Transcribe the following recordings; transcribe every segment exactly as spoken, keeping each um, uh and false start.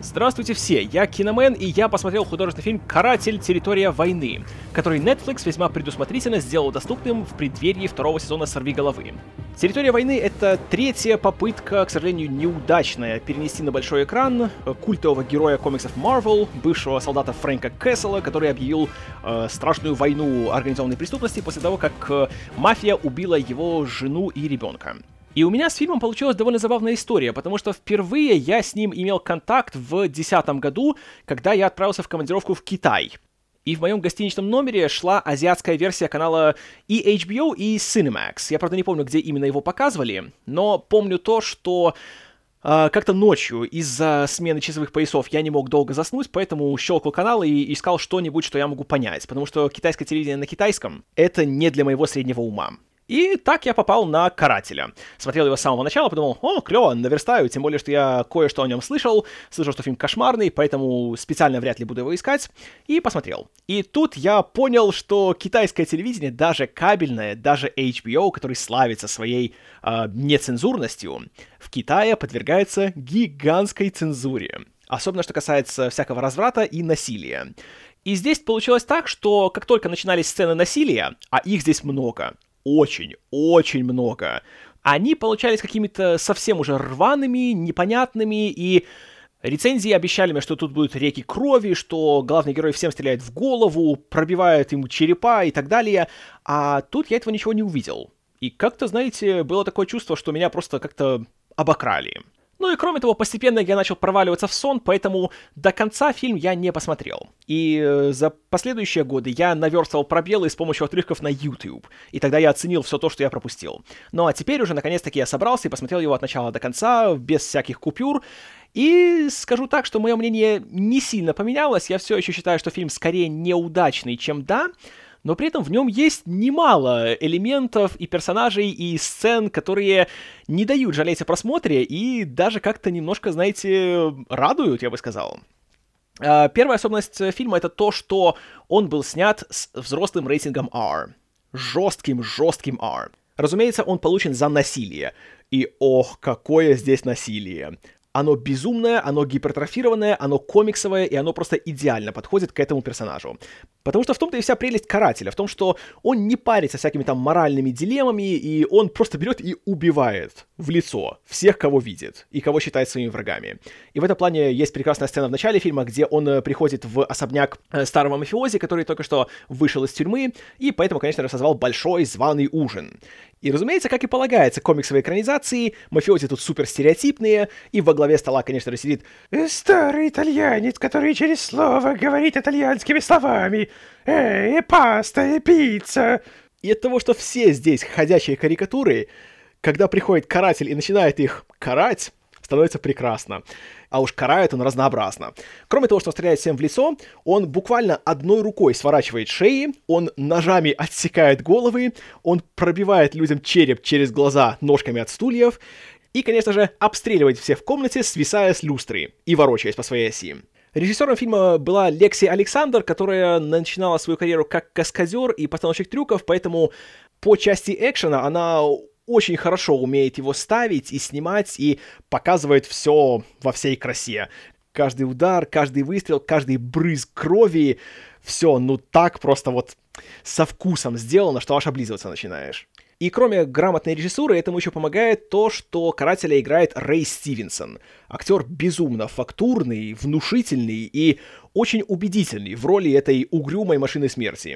Здравствуйте все, я Киномен, и я посмотрел художественный фильм «Каратель. Территория войны», который Netflix весьма предусмотрительно сделал доступным в преддверии второго сезона «Сорвиголовы». «Территория войны» — это третья попытка, к сожалению, неудачная, перенести на большой экран культового героя комиксов Marvel, бывшего солдата Фрэнка Кэссела, который объявил э, страшную войну организованной преступности после того, как э, мафия убила его жену и ребенка. И у меня с фильмом получилась довольно забавная история, потому что впервые я с ним имел контакт в две тысячи десятом году, когда я отправился в командировку в Китай. И в моем гостиничном номере шла азиатская версия канала и эйч би о, и Cinemax. Я, правда, не помню, где именно его показывали, но помню то, что э, как-то ночью из-за смены часовых поясов я не мог долго заснуть, поэтому щелкал канал и искал что-нибудь, что я могу понять, потому что китайское телевидение на китайском — это не для моего среднего ума. И так я попал на «Карателя». Смотрел его с самого начала, подумал, о, клево, наверстаю, тем более, что я кое-что о нем слышал, слышал, что фильм кошмарный, поэтому специально вряд ли буду его искать, и посмотрел. И тут я понял, что китайское телевидение, даже кабельное, даже эйч би о, который славится своей э, нецензурностью, в Китае подвергается гигантской цензуре. Особенно, что касается всякого разврата и насилия. И здесь получилось так, что как только начинались сцены насилия, а их здесь много, очень, очень много, они получались какими-то совсем уже рваными, непонятными, и рецензии обещали мне, что тут будут реки крови, что главный герой всем стреляет в голову, пробивает ему черепа и так далее, а тут я этого ничего не увидел. И как-то, знаете, было такое чувство, что меня просто как-то обокрали. Ну и кроме того, постепенно я начал проваливаться в сон, поэтому до конца фильм я не посмотрел. И э, за последующие годы я наверстывал пробелы с помощью отрывков на YouTube, и тогда я оценил все то, что я пропустил. Ну а теперь уже наконец-таки я собрался и посмотрел его от начала до конца, без всяких купюр, и скажу так, что мое мнение не сильно поменялось, я все еще считаю, что фильм скорее неудачный, чем да, но при этом в нем есть немало элементов и персонажей, и сцен, которые не дают жалеть о просмотре и даже как-то немножко, знаете, радуют, я бы сказал. Первая особенность фильма — это то, что он был снят с взрослым рейтингом R. Жестким-жестким R. Разумеется, он получен за насилие. И ох, какое здесь насилие! Оно безумное, оно гипертрофированное, оно комиксовое, и оно просто идеально подходит к этому персонажу. Потому что в том-то и вся прелесть «Карателя», в том, что он не парится всякими там моральными дилеммами, и он просто берет и убивает в лицо всех, кого видит, и кого считает своими врагами. И в этом плане есть прекрасная сцена в начале фильма, где он приходит в особняк старого мафиози, который только что вышел из тюрьмы, и поэтому, конечно же, созвал большой званый ужин. И, разумеется, как и полагается комиксовой экранизации, мафиози тут супер стереотипные, и во главе стола, конечно же, сидит старый итальянец, который через слово говорит итальянскими словами. Эй, паста, и пицца. И от того, что все здесь ходячие карикатуры, когда приходит каратель и начинает их карать, становится прекрасно. А уж карает он разнообразно. Кроме того, что он стреляет всем в лицо, он буквально одной рукой сворачивает шеи, он ножами отсекает головы, он пробивает людям череп через глаза ножками от стульев и, конечно же, обстреливает всех в комнате, свисая с люстры и ворочаясь по своей оси. Режиссером фильма была Лекси Александр, которая начинала свою карьеру как каскадер и постановщик трюков, поэтому по части экшена она очень хорошо умеет его ставить и снимать, и показывает все во всей красе. Каждый удар, каждый выстрел, каждый брызг крови, все, ну так просто вот со вкусом сделано, что аж облизываться начинаешь. И кроме грамотной режиссуры, этому еще помогает то, что Карателя играет Рэй Стивенсон. Актер безумно фактурный, внушительный и очень убедительный в роли этой угрюмой машины смерти.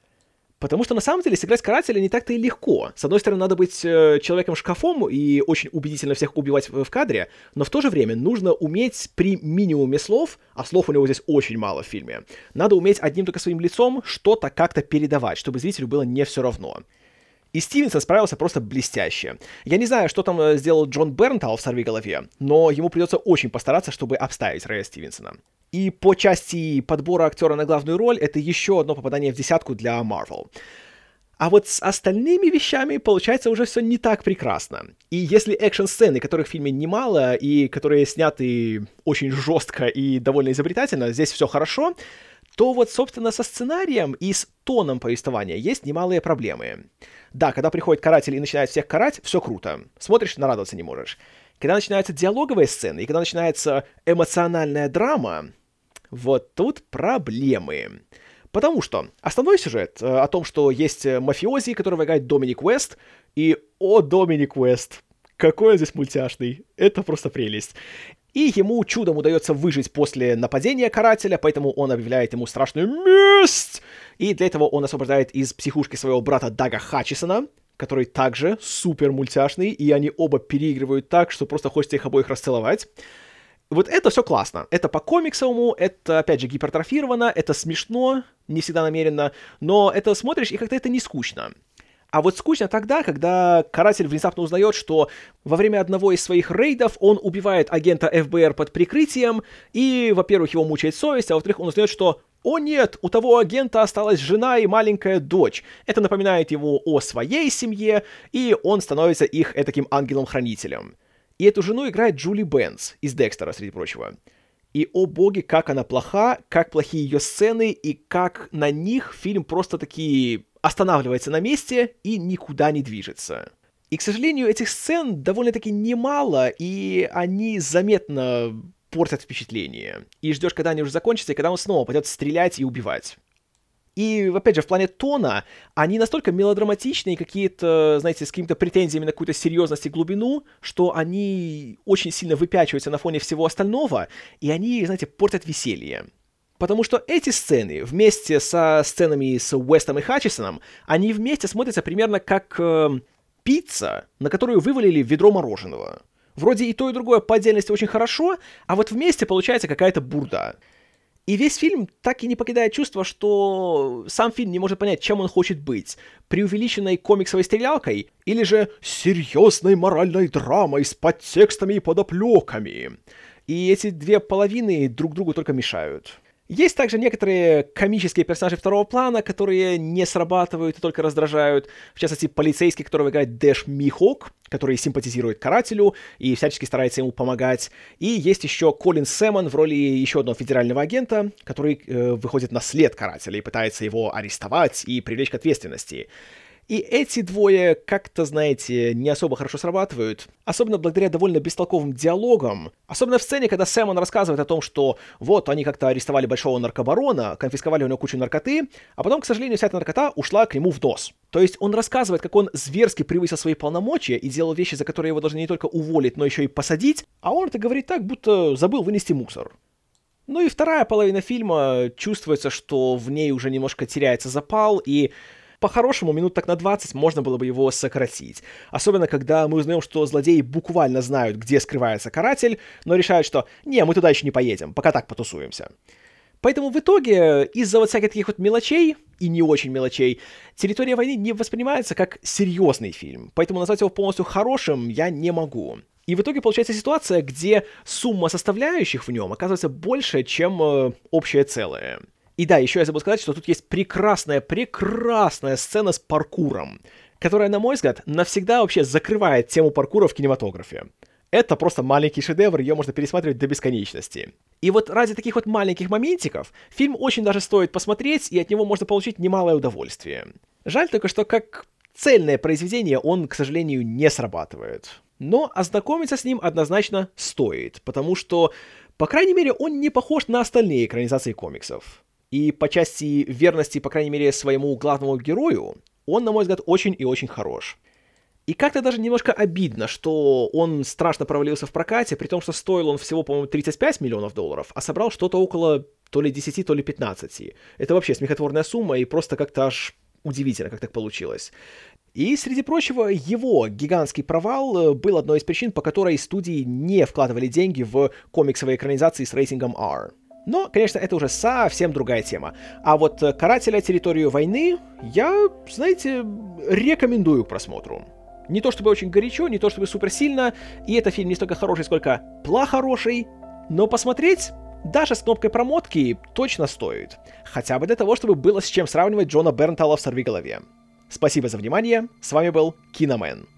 Потому что на самом деле сыграть Карателя не так-то и легко. С одной стороны, надо быть э, человеком-шкафом и очень убедительно всех убивать в, в кадре, но в то же время нужно уметь при минимуме слов, а слов у него здесь очень мало в фильме, надо уметь одним только своим лицом что-то как-то передавать, чтобы зрителю было не все равно. И Стивенсон справился просто блестяще. Я не знаю, что там сделал Джон Бернтал в «Сорвиголове», но ему придется очень постараться, чтобы обставить Рэя Стивенсона. И по части подбора актера на главную роль это еще одно попадание в десятку для Marvel. А вот с остальными вещами получается уже все не так прекрасно. И если экшн-сцены, которых в фильме немало, и которые сняты очень жестко и довольно изобретательно, здесь все хорошо, то вот, собственно, со сценарием и с тоном повествования есть немалые проблемы. Да, когда приходит каратель и начинает всех карать, все круто. Смотришь, нарадоваться не можешь. Когда начинаются диалоговые сцены, и когда начинается эмоциональная драма, вот тут проблемы. Потому что основной сюжет э, о том, что есть мафиози, которого играет Доминик Уэст, и о, Доминик Уэст, какой он здесь мультяшный, это просто прелесть. И ему чудом удается выжить после нападения карателя, поэтому он объявляет ему страшную месть, и для этого он освобождает из психушки своего брата Дага Хатчисона, который также супер мультяшный, и они оба переигрывают так, что просто хочется их обоих расцеловать. Вот это все классно. Это по-комиксовому, это, опять же, гипертрофировано, это смешно, не всегда намеренно, но это смотришь, и как-то это не скучно. А вот скучно тогда, когда каратель внезапно узнает, что во время одного из своих рейдов он убивает агента эф бэ эр под прикрытием, и, во-первых, его мучает совесть, а во-вторых, он узнает, что «О нет, у того агента осталась жена и маленькая дочь». Это напоминает ему о своей семье, и он становится их этаким ангелом-хранителем. И эту жену играет Джули Бенц из «Декстера», среди прочего. И, о боги, как она плоха, как плохие ее сцены, и как на них фильм просто-таки останавливается на месте и никуда не движется. И, к сожалению, этих сцен довольно-таки немало, и они заметно портят впечатление. И ждешь, когда они уже закончатся, и когда он снова пойдет стрелять и убивать. И, опять же, в плане тона, они настолько мелодраматичные, какие-то, знаете, с какими-то претензиями на какую-то серьезность и глубину, что они очень сильно выпячиваются на фоне всего остального, и они, знаете, портят веселье. Потому что эти сцены, вместе со сценами с Уэстом и Хатчисоном, они вместе смотрятся примерно как э, пицца, на которую вывалили ведро мороженого. Вроде и то, и другое по отдельности очень хорошо, а вот вместе получается какая-то бурда. И весь фильм так и не покидает чувство, что сам фильм не может понять, чем он хочет быть. Преувеличенной комиксовой стрелялкой или же серьезной моральной драмой с подтекстами и подоплеками. И эти две половины друг другу только мешают. Есть также некоторые комические персонажи второго плана, которые не срабатывают и только раздражают. В частности, полицейский, которого играет Дэш Михок, который симпатизирует карателю и всячески старается ему помогать. И есть еще Колин Сэмон в роли еще одного федерального агента, который э, выходит на след карателя и пытается его арестовать и привлечь к ответственности. И эти двое как-то, знаете, не особо хорошо срабатывают, особенно благодаря довольно бестолковым диалогам, особенно в сцене, когда Сэмон рассказывает о том, что вот они как-то арестовали большого наркобарона, конфисковали у него кучу наркоты, а потом, к сожалению, вся эта наркота ушла к нему в нос. То есть он рассказывает, как он зверски превысил свои полномочия и делал вещи, за которые его должны не только уволить, но еще и посадить, а он это говорит так, будто забыл вынести мусор. Ну и вторая половина фильма, чувствуется, что в ней уже немножко теряется запал, и по-хорошему, минут так на двадцать можно было бы его сократить. Особенно, когда мы узнаем, что злодеи буквально знают, где скрывается каратель, но решают, что «не, мы туда еще не поедем, пока так потусуемся». Поэтому в итоге, из-за вот всяких таких вот мелочей, и не очень мелочей, «Территория войны» не воспринимается как серьезный фильм, поэтому назвать его полностью хорошим я не могу. И в итоге получается ситуация, где сумма составляющих в нем оказывается больше, чем э, общее целое. И да, еще я забыл сказать, что тут есть прекрасная, прекрасная сцена с паркуром, которая, на мой взгляд, навсегда вообще закрывает тему паркура в кинематографе. Это просто маленький шедевр, ее можно пересматривать до бесконечности. И вот ради таких вот маленьких моментиков фильм очень даже стоит посмотреть, и от него можно получить немалое удовольствие. Жаль только, что как цельное произведение он, к сожалению, не срабатывает. Но ознакомиться с ним однозначно стоит, потому что, по крайней мере, он не похож на остальные экранизации комиксов. И по части верности, по крайней мере, своему главному герою, он, на мой взгляд, очень и очень хорош. И как-то даже немножко обидно, что он страшно провалился в прокате, при том, что стоил он всего, по-моему, тридцать пять миллионов долларов, а собрал что-то около то ли десяти, то ли пятнадцати. Это вообще смехотворная сумма, и просто как-то аж удивительно, как так получилось. И, среди прочего, его гигантский провал был одной из причин, по которой студии не вкладывали деньги в комиксовые экранизации с рейтингом ар. Но, конечно, это уже совсем другая тема. А вот «Карателя. Территорию войны» я, знаете, рекомендую к просмотру. Не то чтобы очень горячо, не то чтобы суперсильно, и это фильм не столько хороший, сколько плохороший, но посмотреть даже с кнопкой промотки точно стоит. Хотя бы для того, чтобы было с чем сравнивать Джона Бернтала в «Сорвиголове». Спасибо за внимание, с вами был Киномен.